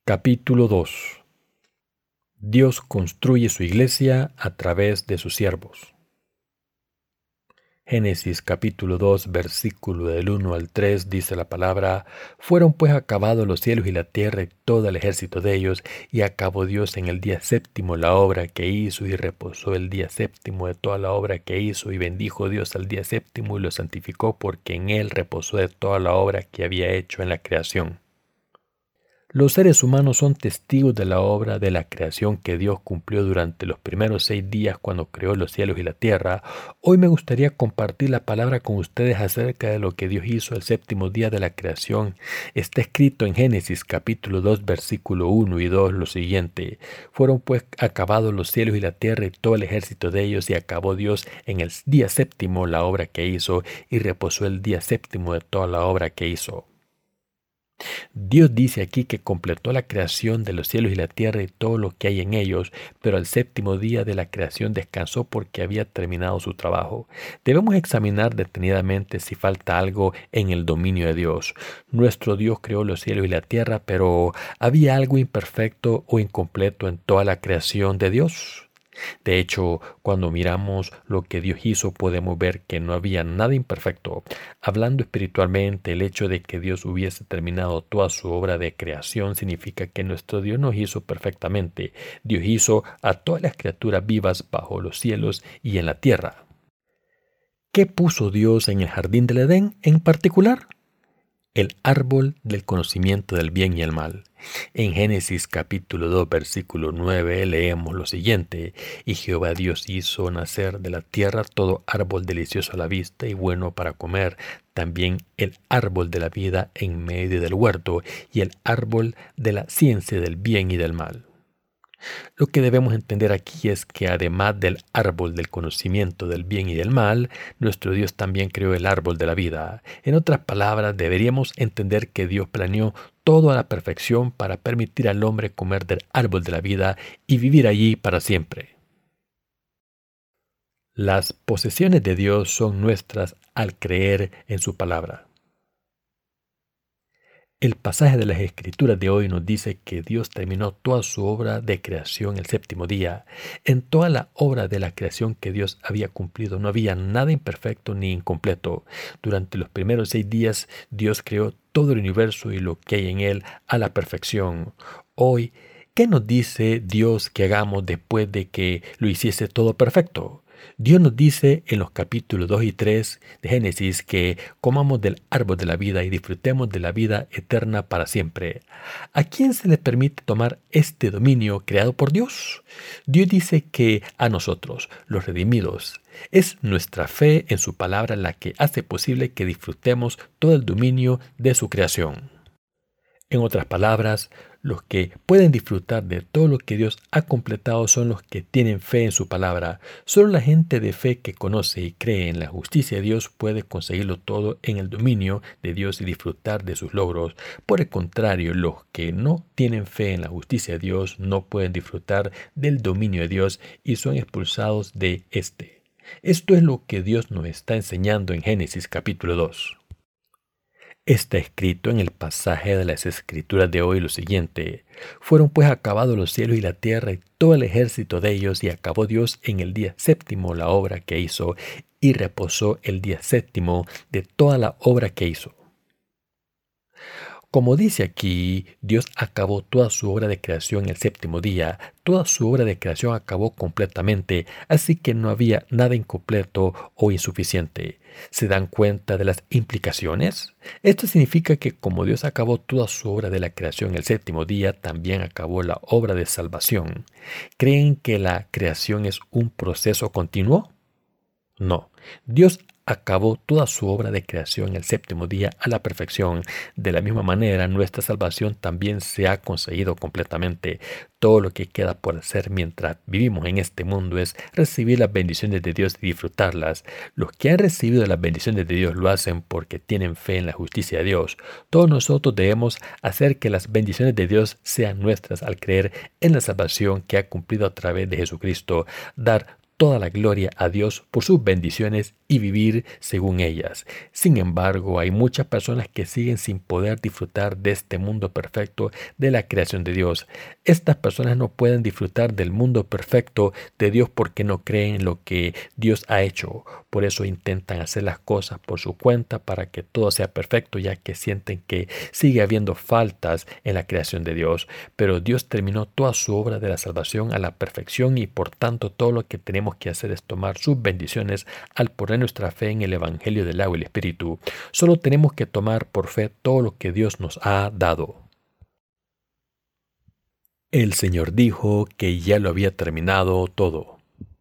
Capítulo 2. Dios construye su iglesia a través de sus siervos. Génesis capítulo 2, versículo del 1 al 3 dice la palabra: Fueron pues acabados los cielos y la tierra y todo el ejército de ellos, y acabó Dios en el día séptimo la obra que hizo, y reposó el día séptimo de toda la obra que hizo, y bendijo Dios al día séptimo y lo santificó, porque en él reposó de toda la obra que había hecho en la creación. Los seres humanos son testigos de la obra de la creación que Dios cumplió durante los primeros 6 días cuando creó los cielos y la tierra. Hoy me gustaría compartir la palabra con ustedes acerca de lo que Dios hizo el séptimo día de la creación. Está escrito en Génesis capítulo 2 versículo 1 y 2 lo siguiente: Fueron pues acabados los cielos y la tierra y todo el ejército de ellos, y acabó Dios en el día séptimo la obra que hizo, y reposó el día séptimo de toda la obra que hizo. Dios dice aquí que completó la creación de los cielos y la tierra y todo lo que hay en ellos, pero al séptimo día de la creación descansó porque había terminado su trabajo. Debemos examinar detenidamente si falta algo en el dominio de Dios. Nuestro Dios creó los cielos y la tierra, pero ¿había algo imperfecto o incompleto en toda la creación de Dios? De hecho, cuando miramos lo que Dios hizo, podemos ver que no había nada imperfecto. Hablando espiritualmente, el hecho de que Dios hubiese terminado toda su obra de creación significa que nuestro Dios nos hizo perfectamente. Dios hizo a todas las criaturas vivas bajo los cielos y en la tierra. ¿Qué puso Dios en el jardín del Edén en particular? El árbol del conocimiento del bien y el mal. En Génesis capítulo 2 versículo 9 leemos lo siguiente: Y Jehová Dios hizo nacer de la tierra todo árbol delicioso a la vista y bueno para comer, también el árbol de la vida en medio del huerto, y el árbol de la ciencia del bien y del mal. Lo que debemos entender aquí es que además del árbol del conocimiento del bien y del mal, nuestro Dios también creó el árbol de la vida. En otras palabras, deberíamos entender que Dios planeó todo a la perfección para permitir al hombre comer del árbol de la vida y vivir allí para siempre. Las posesiones de Dios son nuestras al creer en su palabra. El pasaje de las Escrituras de hoy nos dice que Dios terminó toda su obra de creación el séptimo día. En toda la obra de la creación que Dios había cumplido no había nada imperfecto ni incompleto. Durante los primeros 6 días Dios creó todo el universo y lo que hay en él a la perfección. Hoy, ¿qué nos dice Dios que hagamos después de que lo hiciese todo perfecto? Dios nos dice en los capítulos 2 y 3 de Génesis que comamos del árbol de la vida y disfrutemos de la vida eterna para siempre. ¿A quién se le permite tomar este dominio creado por Dios? Dios dice que a nosotros, los redimidos, es nuestra fe en su palabra la que hace posible que disfrutemos todo el dominio de su creación. En otras palabras, los que pueden disfrutar de todo lo que Dios ha completado son los que tienen fe en su palabra. Solo la gente de fe que conoce y cree en la justicia de Dios puede conseguirlo todo en el dominio de Dios y disfrutar de sus logros. Por el contrario, los que no tienen fe en la justicia de Dios no pueden disfrutar del dominio de Dios y son expulsados de éste. Esto es lo que Dios nos está enseñando en Génesis capítulo 2. Está escrito en el pasaje de las Escrituras de hoy lo siguiente: Fueron pues acabados los cielos y la tierra y todo el ejército de ellos, y acabó Dios en el día séptimo la obra que hizo, y reposó el día séptimo de toda la obra que hizo. Como dice aquí, Dios acabó toda su obra de creación el séptimo día. Toda su obra de creación acabó completamente, así que no había nada incompleto o insuficiente. ¿Se dan cuenta de las implicaciones? Esto significa que como Dios acabó toda su obra de la creación el séptimo día, también acabó la obra de salvación. ¿Creen que la creación es un proceso continuo? No. Dios acabó toda su obra de creación el séptimo día a la perfección. De la misma manera, nuestra salvación también se ha conseguido completamente. Todo lo que queda por hacer mientras vivimos en este mundo es recibir las bendiciones de Dios y disfrutarlas. Los que han recibido las bendiciones de Dios lo hacen porque tienen fe en la justicia de Dios. Todos nosotros debemos hacer que las bendiciones de Dios sean nuestras al creer en la salvación que ha cumplido a través de Jesucristo. Dar toda la gloria a Dios por sus bendiciones y vivir según ellas. Sin embargo, hay muchas personas que siguen sin poder disfrutar de este mundo perfecto de la creación de Dios. Estas personas no pueden disfrutar del mundo perfecto de Dios porque no creen en lo que Dios ha hecho. Por eso intentan hacer las cosas por su cuenta para que todo sea perfecto, ya que sienten que sigue habiendo faltas en la creación de Dios. Pero Dios terminó toda su obra de la salvación a la perfección y por tanto todo lo que tenemos que hacer es tomar sus bendiciones al poner nuestra fe en el Evangelio del agua y el Espíritu. Solo tenemos que tomar por fe todo lo que Dios nos ha dado. El Señor dijo que ya lo había terminado todo.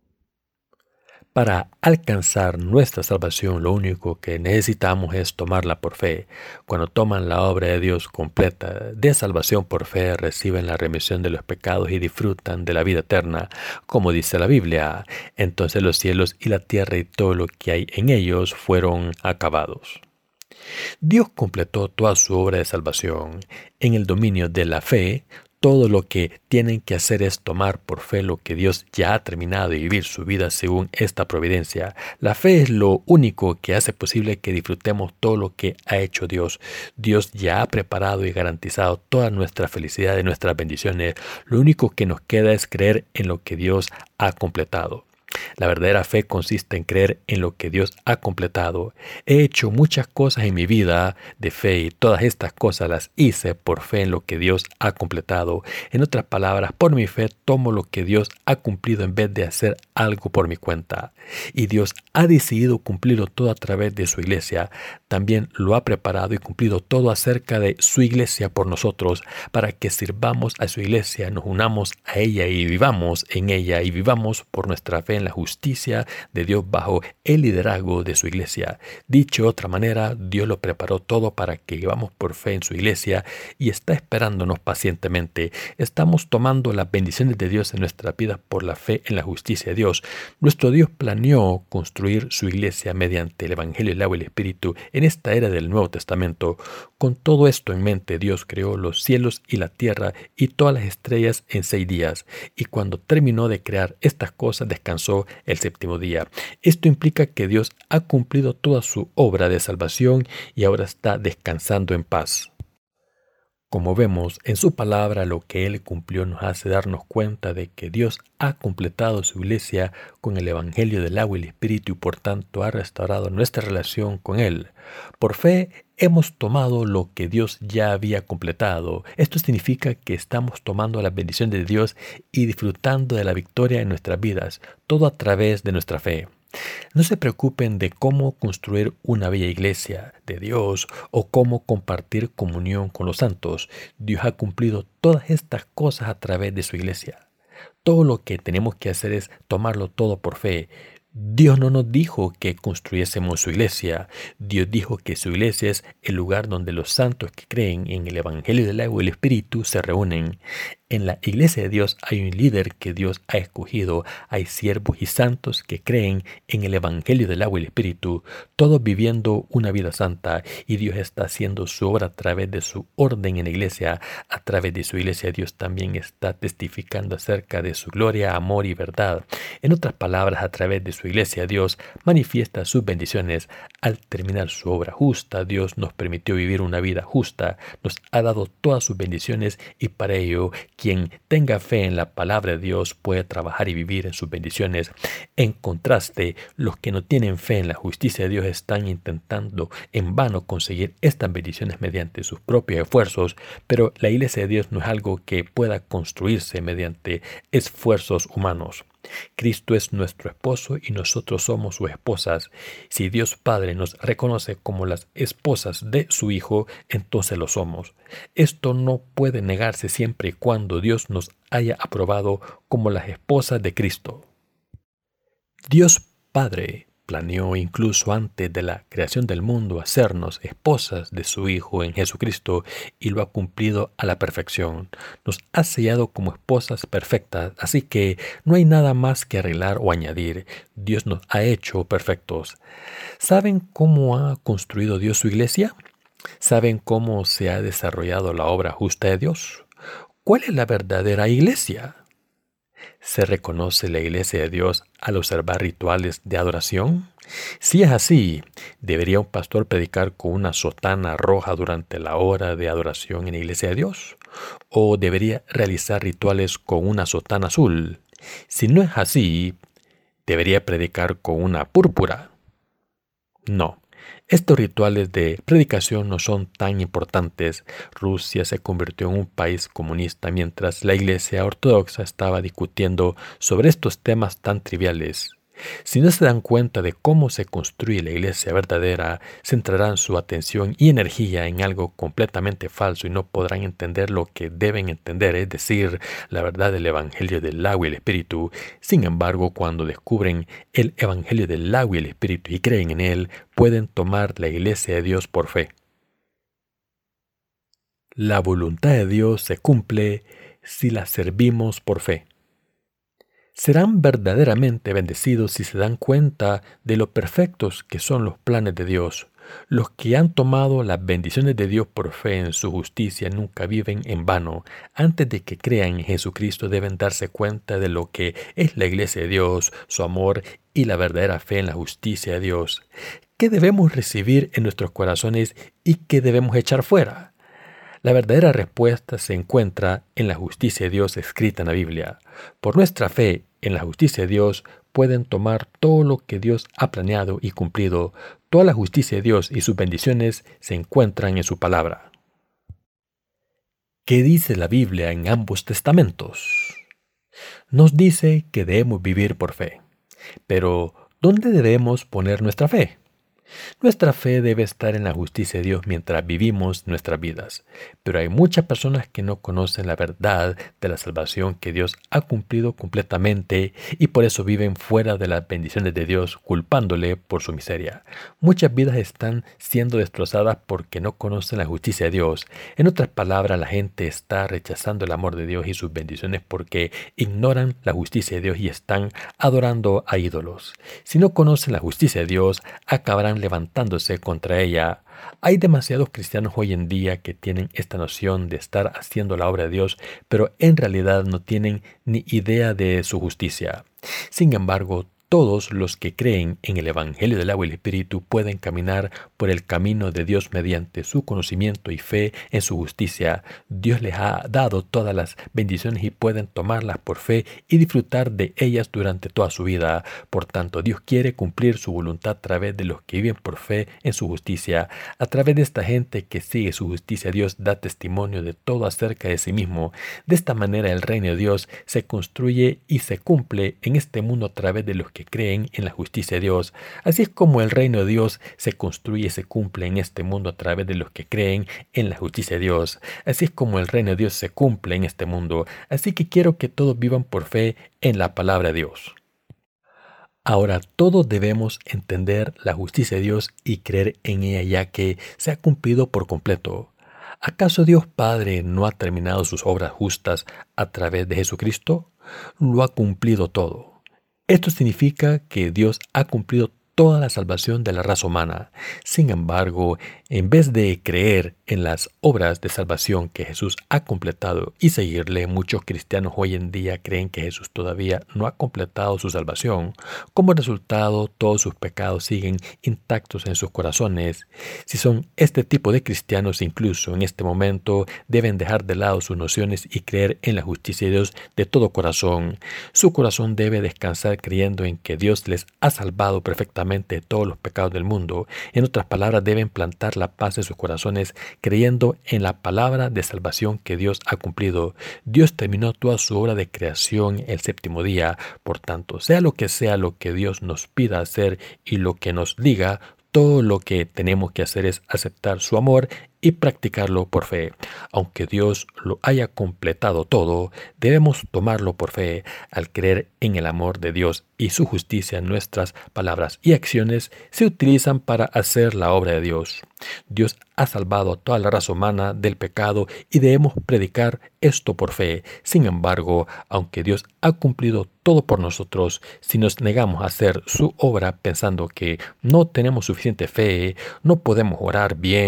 Para alcanzar nuestra salvación, lo único que necesitamos es tomarla por fe. Cuando toman la obra de Dios completa de salvación por fe, reciben la remisión de los pecados y disfrutan de la vida eterna, como dice la Biblia. Entonces los cielos y la tierra y todo lo que hay en ellos fueron acabados. Dios completó toda su obra de salvación. En el dominio de la fe, todo lo que tienen que hacer es tomar por fe lo que Dios ya ha terminado y vivir su vida según esta providencia. La fe es lo único que hace posible que disfrutemos todo lo que ha hecho Dios. Dios ya ha preparado y garantizado toda nuestra felicidad y nuestras bendiciones. Lo único que nos queda es creer en lo que Dios ha completado. La verdadera fe consiste en creer en lo que Dios ha completado. He hecho muchas cosas en mi vida de fe y todas estas cosas las hice por fe en lo que Dios ha completado. En otras palabras, por mi fe tomo lo que Dios ha cumplido en vez de hacer algo por mi cuenta. Y Dios ha decidido cumplirlo todo a través de su iglesia. También lo ha preparado y cumplido todo acerca de su iglesia por nosotros, para que sirvamos a su iglesia, nos unamos a ella y vivamos en ella y vivamos por nuestra fe en la justicia de Dios bajo el liderazgo de su iglesia. Dicho de otra manera, Dios lo preparó todo para que vivamos por fe en su iglesia y está esperándonos pacientemente. Estamos tomando las bendiciones de Dios en nuestra vida por la fe en la justicia de Dios. Nuestro Dios planeó construir su iglesia mediante el Evangelio, el agua y el Espíritu en esta era del Nuevo Testamento. Con todo esto en mente, Dios creó los cielos y la tierra y todas las estrellas en 6 días. Y cuando terminó de crear estas cosas, descansó el séptimo día. Esto implica que Dios ha cumplido toda su obra de salvación y ahora está descansando en paz. Como vemos en su palabra, lo que Él cumplió nos hace darnos cuenta de que Dios ha completado su iglesia con el Evangelio del agua y el Espíritu y por tanto ha restaurado nuestra relación con Él. Por fe hemos tomado lo que Dios ya había completado. Esto significa que estamos tomando la bendición de Dios y disfrutando de la victoria en nuestras vidas, todo a través de nuestra fe. No se preocupen de cómo construir una bella iglesia de Dios o cómo compartir comunión con los santos. Dios ha cumplido todas estas cosas a través de su iglesia. Todo lo que tenemos que hacer es tomarlo todo por fe. Dios no nos dijo que construyésemos su iglesia. Dios dijo que su iglesia es el lugar donde los santos que creen en el Evangelio del agua y el Espíritu se reúnen. En la iglesia de Dios hay un líder que Dios ha escogido. Hay siervos y santos que creen en el Evangelio del agua y el Espíritu, todos viviendo una vida santa, y Dios está haciendo su obra a través de su orden en la iglesia. A través de su iglesia Dios también está testificando acerca de su gloria, amor y verdad. En otras palabras, a través de su iglesia Dios manifiesta sus bendiciones. Al terminar su obra justa, Dios nos permitió vivir una vida justa, nos ha dado todas sus bendiciones y para ello quien tenga fe en la palabra de Dios puede trabajar y vivir en sus bendiciones. En contraste, los que no tienen fe en la justicia de Dios están intentando en vano conseguir estas bendiciones mediante sus propios esfuerzos, pero la iglesia de Dios no es algo que pueda construirse mediante esfuerzos humanos. Cristo es nuestro esposo y nosotros somos sus esposas. Si Dios Padre nos reconoce como las esposas de su Hijo, entonces lo somos. Esto no puede negarse siempre y cuando Dios nos haya aprobado como las esposas de Cristo. Dios Padre planeó incluso antes de la creación del mundo hacernos esposas de su Hijo en Jesucristo y lo ha cumplido a la perfección. Nos ha sellado como esposas perfectas, así que no hay nada más que arreglar o añadir. Dios nos ha hecho perfectos. ¿Saben cómo ha construido Dios su iglesia? ¿Saben cómo se ha desarrollado la obra justa de Dios? ¿Cuál es la verdadera iglesia? ¿Se reconoce la Iglesia de Dios al observar rituales de adoración? Si es así, ¿debería un pastor predicar con una sotana roja durante la hora de adoración en la Iglesia de Dios? ¿O debería realizar rituales con una sotana azul? Si no es así, ¿debería predicar con una púrpura? No. Estos rituales de predicación no son tan importantes. Rusia se convirtió en un país comunista mientras la Iglesia Ortodoxa estaba discutiendo sobre estos temas tan triviales. Si no se dan cuenta de cómo se construye la iglesia verdadera, centrarán su atención y energía en algo completamente falso y no podrán entender lo que deben entender, es decir, la verdad del Evangelio del agua y el Espíritu. Sin embargo, cuando descubren el Evangelio del agua y el Espíritu y creen en él, pueden tomar la iglesia de Dios por fe. La voluntad de Dios se cumple si la servimos por fe. Serán verdaderamente bendecidos si se dan cuenta de lo perfectos que son los planes de Dios. Los que han tomado las bendiciones de Dios por fe en su justicia nunca viven en vano. Antes de que crean en Jesucristo deben darse cuenta de lo que es la iglesia de Dios, su amor y la verdadera fe en la justicia de Dios. ¿Qué debemos recibir en nuestros corazones y qué debemos echar fuera? La verdadera respuesta se encuentra en la justicia de Dios escrita en la Biblia. Por nuestra fe en la justicia de Dios pueden tomar todo lo que Dios ha planeado y cumplido. Toda la justicia de Dios y sus bendiciones se encuentran en su palabra. ¿Qué dice la Biblia en ambos testamentos? Nos dice que debemos vivir por fe. Pero, ¿dónde debemos poner nuestra fe? Nuestra fe debe estar en la justicia de Dios mientras vivimos nuestras vidas, pero hay muchas personas que no conocen la verdad de la salvación que Dios ha cumplido completamente y por eso viven fuera de las bendiciones de Dios, culpándole por su miseria. Muchas vidas están siendo destrozadas porque no conocen la justicia de Dios. En otras palabras, la gente está rechazando el amor de Dios y sus bendiciones porque ignoran la justicia de Dios y están adorando a ídolos. Si no conocen la justicia de Dios, acabarán levantándose contra ella. Hay demasiados cristianos hoy en día que tienen esta noción de estar haciendo la obra de Dios, pero en realidad no tienen ni idea de su justicia. Sin embargo, todos los que creen en el Evangelio del agua y el Espíritu pueden caminar por el camino de Dios mediante su conocimiento y fe en su justicia. Dios les ha dado todas las bendiciones y pueden tomarlas por fe y disfrutar de ellas durante toda su vida. Por tanto, Dios quiere cumplir su voluntad a través de los que viven por fe en su justicia. A través de esta gente que sigue su justicia, Dios da testimonio de todo acerca de sí mismo. De esta manera, el reino de Dios se construye y se cumple en este mundo a través de los que creen en la justicia de Dios. Así es como el reino de Dios se construye y se cumple en este mundo a través de los que creen en la justicia de Dios. Así es como el reino de Dios se cumple en este mundo. Así que quiero que todos vivan por fe en la palabra de Dios. Ahora todos debemos entender la justicia de Dios y creer en ella ya que se ha cumplido por completo. ¿Acaso Dios Padre no ha terminado sus obras justas a través de Jesucristo? Lo ha cumplido todo. Esto significa que Dios ha cumplido toda la salvación de la raza humana. Sin embargo, en vez de creer en las obras de salvación que Jesús ha completado y seguirle, muchos cristianos hoy en día creen que Jesús todavía no ha completado su salvación. Como resultado, todos sus pecados siguen intactos en sus corazones. Si son este tipo de cristianos, incluso en este momento, deben dejar de lado sus nociones y creer en la justicia de Dios de todo corazón. Su corazón debe descansar creyendo en que Dios les ha salvado perfectamente de todos los pecados del mundo. En otras palabras, deben plantar la paz en sus corazones creyendo en la palabra de salvación que Dios ha cumplido. Dios terminó toda su obra de creación el séptimo día. Por tanto, sea lo que Dios nos pida hacer y lo que nos diga, todo lo que tenemos que hacer es aceptar su amor y practicarlo por fe. Aunque Dios lo haya completado todo, debemos tomarlo por fe. Al creer en el amor de Dios y su justicia, nuestras palabras y acciones se utilizan para hacer la obra de Dios. Dios ha salvado a toda la raza humana del pecado y debemos predicar esto por fe. Sin embargo, aunque Dios ha cumplido todo por nosotros, si nos negamos a hacer su obra pensando que no tenemos suficiente fe, no podemos orar bien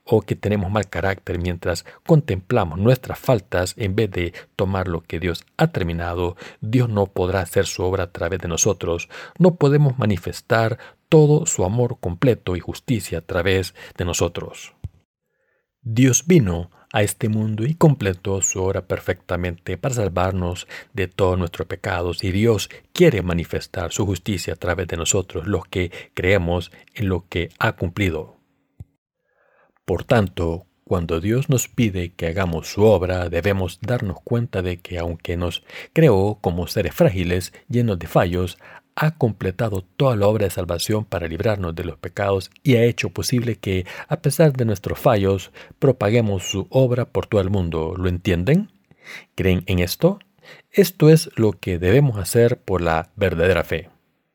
o que tenemos mal carácter mientras contemplamos nuestras faltas en vez de tomar lo que Dios ha terminado, Dios no podrá hacer su obra a través de nosotros. No podemos manifestar todo su amor completo y justicia a través de nosotros. Dios vino a este mundo y completó su obra perfectamente para salvarnos de todos nuestros pecados, y Dios quiere manifestar su justicia a través de nosotros, los que creemos en lo que ha cumplido. Por tanto, cuando Dios nos pide que hagamos su obra, debemos darnos cuenta de que aunque nos creó como seres frágiles, llenos de fallos, ha completado toda la obra de salvación para librarnos de los pecados y ha hecho posible que, a pesar de nuestros fallos, propaguemos su obra por todo el mundo. ¿Lo entienden? ¿Creen en esto? Esto es lo que debemos hacer por la verdadera fe.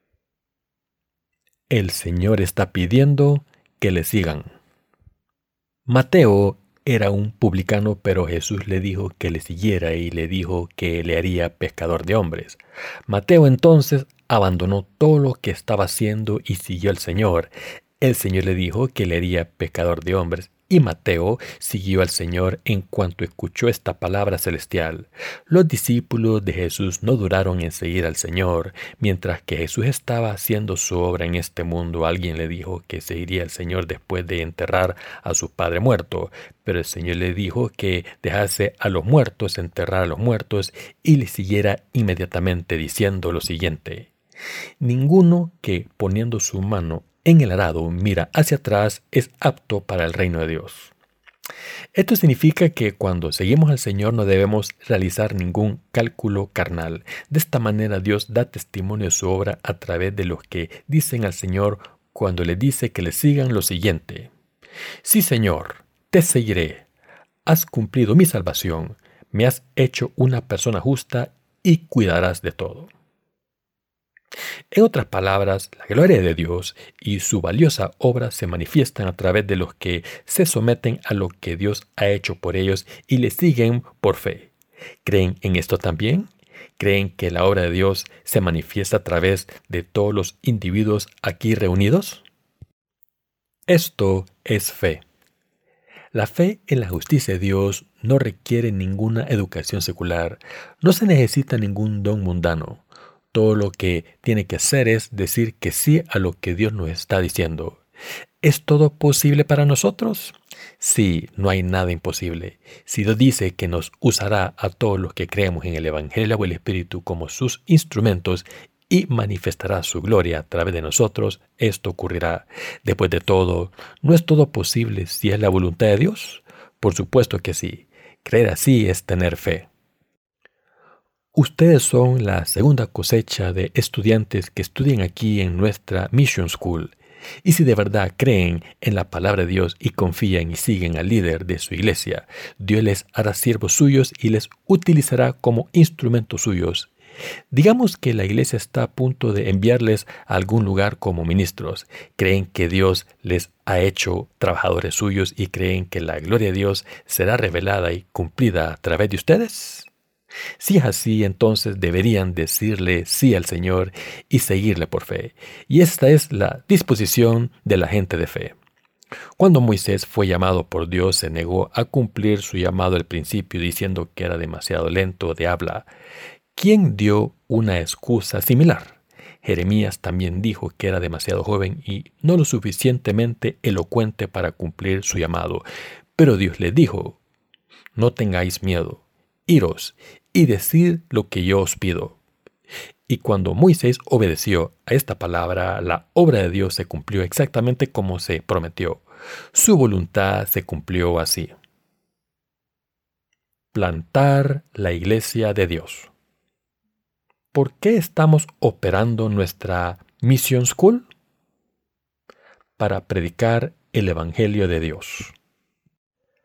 El Señor está pidiendo que le sigan. Mateo era un publicano, pero Jesús le dijo que le siguiera y le dijo que le haría pescador de hombres. Mateo entonces abandonó todo lo que estaba haciendo y siguió al Señor. El Señor le dijo que le haría pescador de hombres, y Mateo siguió al Señor en cuanto escuchó esta palabra celestial. Los discípulos de Jesús no duraron en seguir al Señor. Mientras que Jesús estaba haciendo su obra en este mundo, alguien le dijo que seguiría al Señor después de enterrar a su padre muerto. Pero el Señor le dijo que dejase a los muertos enterrar a los muertos y le siguiera inmediatamente, diciendo lo siguiente: ninguno que poniendo su mano en el arado mira hacia atrás es apto para el reino de Dios. Esto significa que cuando seguimos al Señor no debemos realizar ningún cálculo carnal. De esta manera Dios da testimonio de su obra a través de los que dicen al Señor cuando le dice que le sigan lo siguiente: sí, Señor, te seguiré. Has cumplido mi salvación, me has hecho una persona justa y cuidarás de todo. En otras palabras, la gloria de Dios y su valiosa obra se manifiestan a través de los que se someten a lo que Dios ha hecho por ellos y le siguen por fe. ¿Creen en esto también? ¿Creen que la obra de Dios se manifiesta a través de todos los individuos aquí reunidos? Esto es fe. La fe en la justicia de Dios no requiere ninguna educación secular. No se necesita ningún don mundano. Todo lo que tiene que hacer es decir que sí a lo que Dios nos está diciendo. ¿Es todo posible para nosotros? Sí, no hay nada imposible. Si Dios dice que nos usará a todos los que creemos en el Evangelio o el Espíritu como sus instrumentos y manifestará su gloria a través de nosotros, esto ocurrirá. Después de todo, ¿no es todo posible si es la voluntad de Dios? Por supuesto que sí. Creer así es tener fe. Ustedes son la segunda cosecha de estudiantes que estudian aquí en nuestra Mission School. Y si de verdad creen en la palabra de Dios y confían y siguen al líder de su iglesia, Dios les hará siervos suyos y les utilizará como instrumentos suyos. Digamos que la iglesia está a punto de enviarles a algún lugar como ministros. ¿Creen que Dios les ha hecho trabajadores suyos y creen que la gloria de Dios será revelada y cumplida a través de ustedes? Si es así, entonces deberían decirle sí al Señor y seguirle por fe. Y esta es la disposición de la gente de fe. Cuando Moisés fue llamado por Dios, se negó a cumplir su llamado al principio, diciendo que era demasiado lento de habla. ¿Quién dio una excusa similar? Jeremías también dijo que era demasiado joven y no lo suficientemente elocuente para cumplir su llamado. Pero Dios le dijo: no tengáis miedo, iros y decid lo que yo os pido. Y cuando Moisés obedeció a esta palabra, la obra de Dios se cumplió exactamente como se prometió. Su voluntad se cumplió así. Plantar la iglesia de Dios. ¿Por qué estamos operando nuestra Mission School? Para predicar el Evangelio de Dios.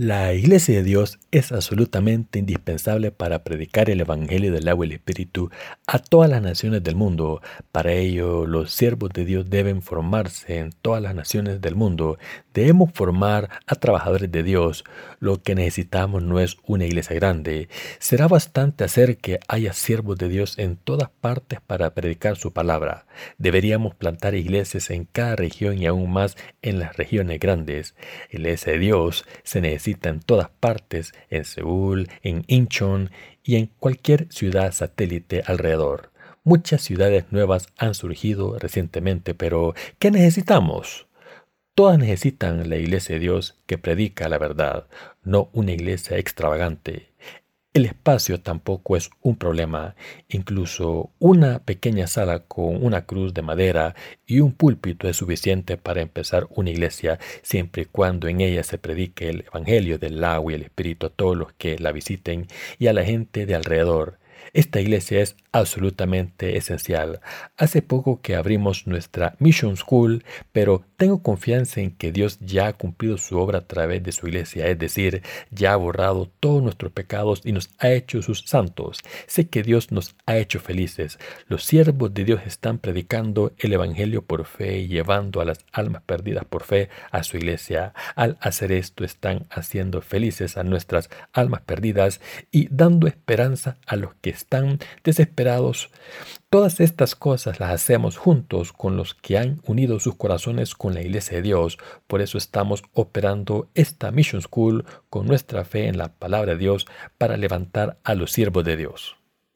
La Iglesia de Dios es absolutamente indispensable para predicar el Evangelio del agua y el Espíritu a todas las naciones del mundo. Para ello, los siervos de Dios deben formarse en todas las naciones del mundo. Debemos formar a trabajadores de Dios. Lo que necesitamos no es una iglesia grande. Será bastante hacer que haya siervos de Dios en todas partes para predicar su palabra. Deberíamos plantar iglesias en cada región y aún más en las regiones grandes. La Iglesia de Dios se necesita en todas partes, en Seúl, en Incheon y en cualquier ciudad satélite alrededor. Muchas ciudades nuevas han surgido recientemente, pero ¿qué necesitamos? Todas necesitan la Iglesia de Dios que predica la verdad, no una iglesia extravagante. El espacio tampoco es un problema. Incluso una pequeña sala con una cruz de madera y un púlpito es suficiente para empezar una iglesia, siempre y cuando en ella se predique el Evangelio del agua y el Espíritu a todos los que la visiten y a la gente de alrededor. Esta iglesia es absolutamente esencial. Hace poco que abrimos nuestra Mission School, pero tengo confianza en que Dios ya ha cumplido su obra a través de su iglesia, es decir, ya ha borrado todos nuestros pecados y nos ha hecho sus santos. Sé que Dios nos ha hecho felices. Los siervos de Dios están predicando el Evangelio por fe y llevando a las almas perdidas por fe a su iglesia. Al hacer esto están haciendo felices a nuestras almas perdidas y dando esperanza a los que están desesperados. Todas estas cosas las hacemos juntos con los que han unido sus corazones con la Iglesia de Dios. Por eso estamos operando esta Mission School con nuestra fe en la palabra de Dios para levantar a los siervos de Dios.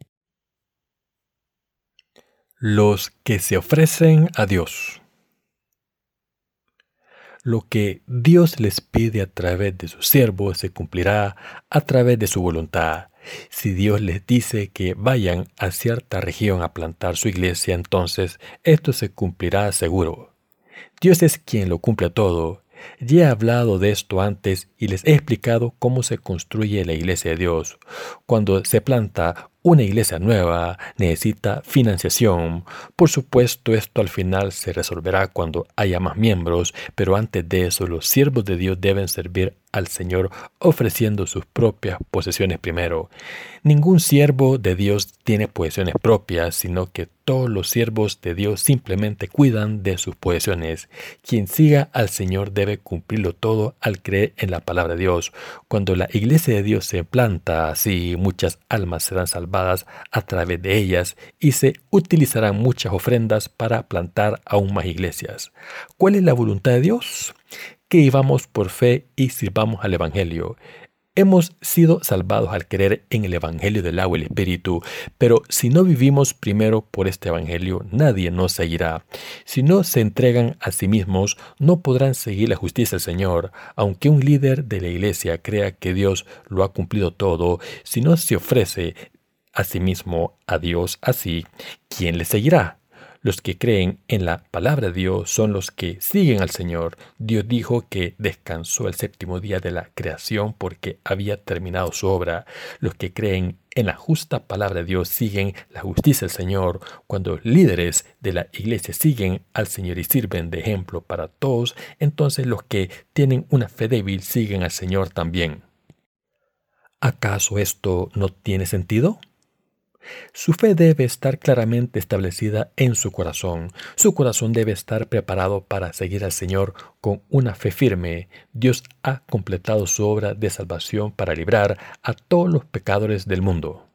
Los que se ofrecen a Dios. Lo que Dios les pide a través de sus siervos se cumplirá a través de su voluntad. Si Dios les dice que vayan a cierta región a plantar su iglesia, entonces esto se cumplirá seguro. Dios es quien lo cumple todo. Ya he hablado de esto antes y les he explicado cómo se construye la iglesia de Dios. Cuando se planta una iglesia nueva, necesita financiación. Por supuesto, esto al final se resolverá cuando haya más miembros, pero antes de eso los siervos de Dios deben servir al Señor ofreciendo sus propias posesiones primero. Ningún siervo de Dios tiene posesiones propias, sino que todos los siervos de Dios simplemente cuidan de sus posesiones. Quien siga al Señor debe cumplirlo todo al creer en la palabra de Dios. Cuando la iglesia de Dios se planta así, muchas almas serán salvadas a través de ellas y se utilizarán muchas ofrendas para plantar aún más iglesias. ¿Cuál es la voluntad de Dios? Que vivamos por fe y sirvamos al Evangelio. Hemos sido salvados al creer en el Evangelio del agua y el Espíritu, pero si no vivimos primero por este Evangelio, nadie nos seguirá. Si no se entregan a sí mismos, no podrán seguir la justicia del Señor. Aunque un líder de la iglesia crea que Dios lo ha cumplido todo, si no se ofrece a sí mismo a Dios así, ¿quién le seguirá? Los que creen en la palabra de Dios son los que siguen al Señor. Dios dijo que descansó el séptimo día de la creación porque había terminado su obra. Los que creen en la justa palabra de Dios siguen la justicia del Señor. Cuando líderes de la iglesia siguen al Señor y sirven de ejemplo para todos, entonces los que tienen una fe débil siguen al Señor también. ¿Acaso esto no tiene sentido? Su fe debe estar claramente establecida en su corazón. Su corazón debe estar preparado para seguir al Señor con una fe firme. Dios ha completado su obra de salvación para librar a todos los pecadores del mundo.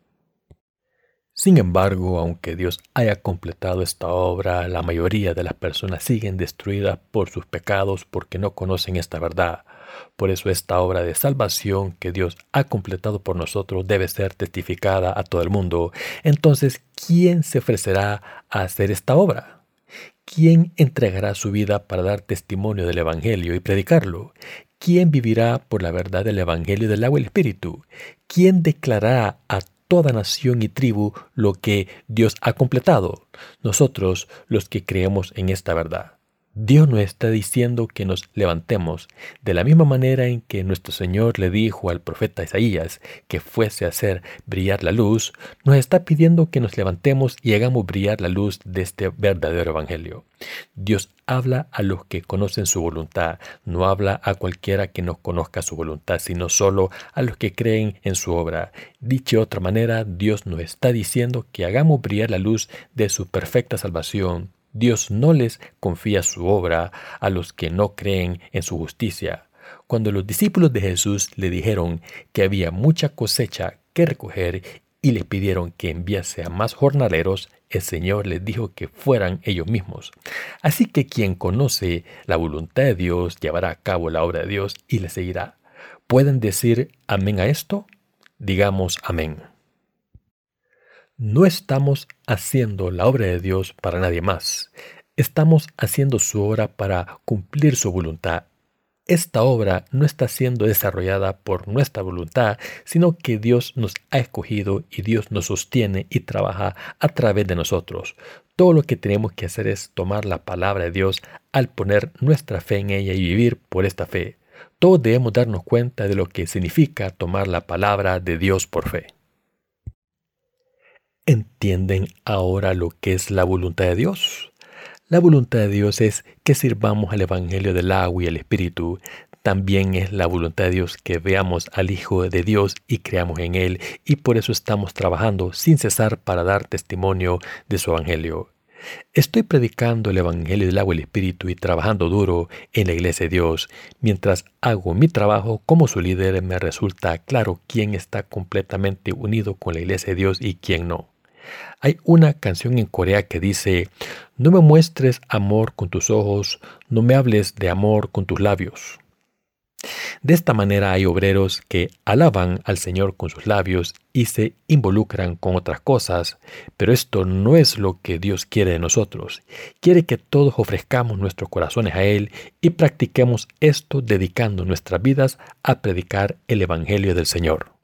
Sin embargo, aunque Dios haya completado esta obra, la mayoría de las personas siguen destruidas por sus pecados porque no conocen esta verdad. Por eso esta obra de salvación que Dios ha completado por nosotros debe ser testificada a todo el mundo. Entonces, ¿quién se ofrecerá a hacer esta obra? ¿Quién entregará su vida para dar testimonio del Evangelio y predicarlo? ¿Quién vivirá por la verdad del Evangelio del agua y el Espíritu? ¿Quién declarará a toda nación y tribu lo que Dios ha completado? Nosotros, los que creemos en esta verdad. Dios nos está diciendo que nos levantemos de la misma manera en que nuestro Señor le dijo al profeta Isaías que fuese a hacer brillar la luz. Nos está pidiendo que nos levantemos y hagamos brillar la luz de este verdadero evangelio. Dios habla a los que conocen su voluntad, no habla a cualquiera que no conozca su voluntad, sino solo a los que creen en su obra. Dicho de otra manera, Dios nos está diciendo que hagamos brillar la luz de su perfecta salvación. Dios no les confía su obra a los que no creen en su justicia. Cuando los discípulos de Jesús le dijeron que había mucha cosecha que recoger y le pidieron que enviase a más jornaleros, el Señor les dijo que fueran ellos mismos. Así que quien conoce la voluntad de Dios llevará a cabo la obra de Dios y le seguirá. ¿Pueden decir amén a esto? Digamos amén. No estamos haciendo la obra de Dios para nadie más. Estamos haciendo su obra para cumplir su voluntad. Esta obra no está siendo desarrollada por nuestra voluntad, sino que Dios nos ha escogido y Dios nos sostiene y trabaja a través de nosotros. Todo lo que tenemos que hacer es tomar la palabra de Dios al poner nuestra fe en ella y vivir por esta fe. Todos debemos darnos cuenta de lo que significa tomar la palabra de Dios por fe. ¿Entienden ahora lo que es la voluntad de Dios? La voluntad de Dios es que sirvamos al Evangelio del agua y el Espíritu. También es la voluntad de Dios que veamos al Hijo de Dios y creamos en Él, y por eso estamos trabajando sin cesar para dar testimonio de su Evangelio. Estoy predicando el Evangelio del agua y el Espíritu y trabajando duro en la iglesia de Dios. Mientras hago mi trabajo como su líder, me resulta claro quién está completamente unido con la iglesia de Dios y quién no. Hay una canción en Corea que dice: no me muestres amor con tus ojos, no me hables de amor con tus labios. De esta manera hay obreros que alaban al Señor con sus labios y se involucran con otras cosas, pero esto no es lo que Dios quiere de nosotros. Quiere que todos ofrezcamos nuestros corazones a Él y practiquemos esto dedicando nuestras vidas a predicar el Evangelio del Señor.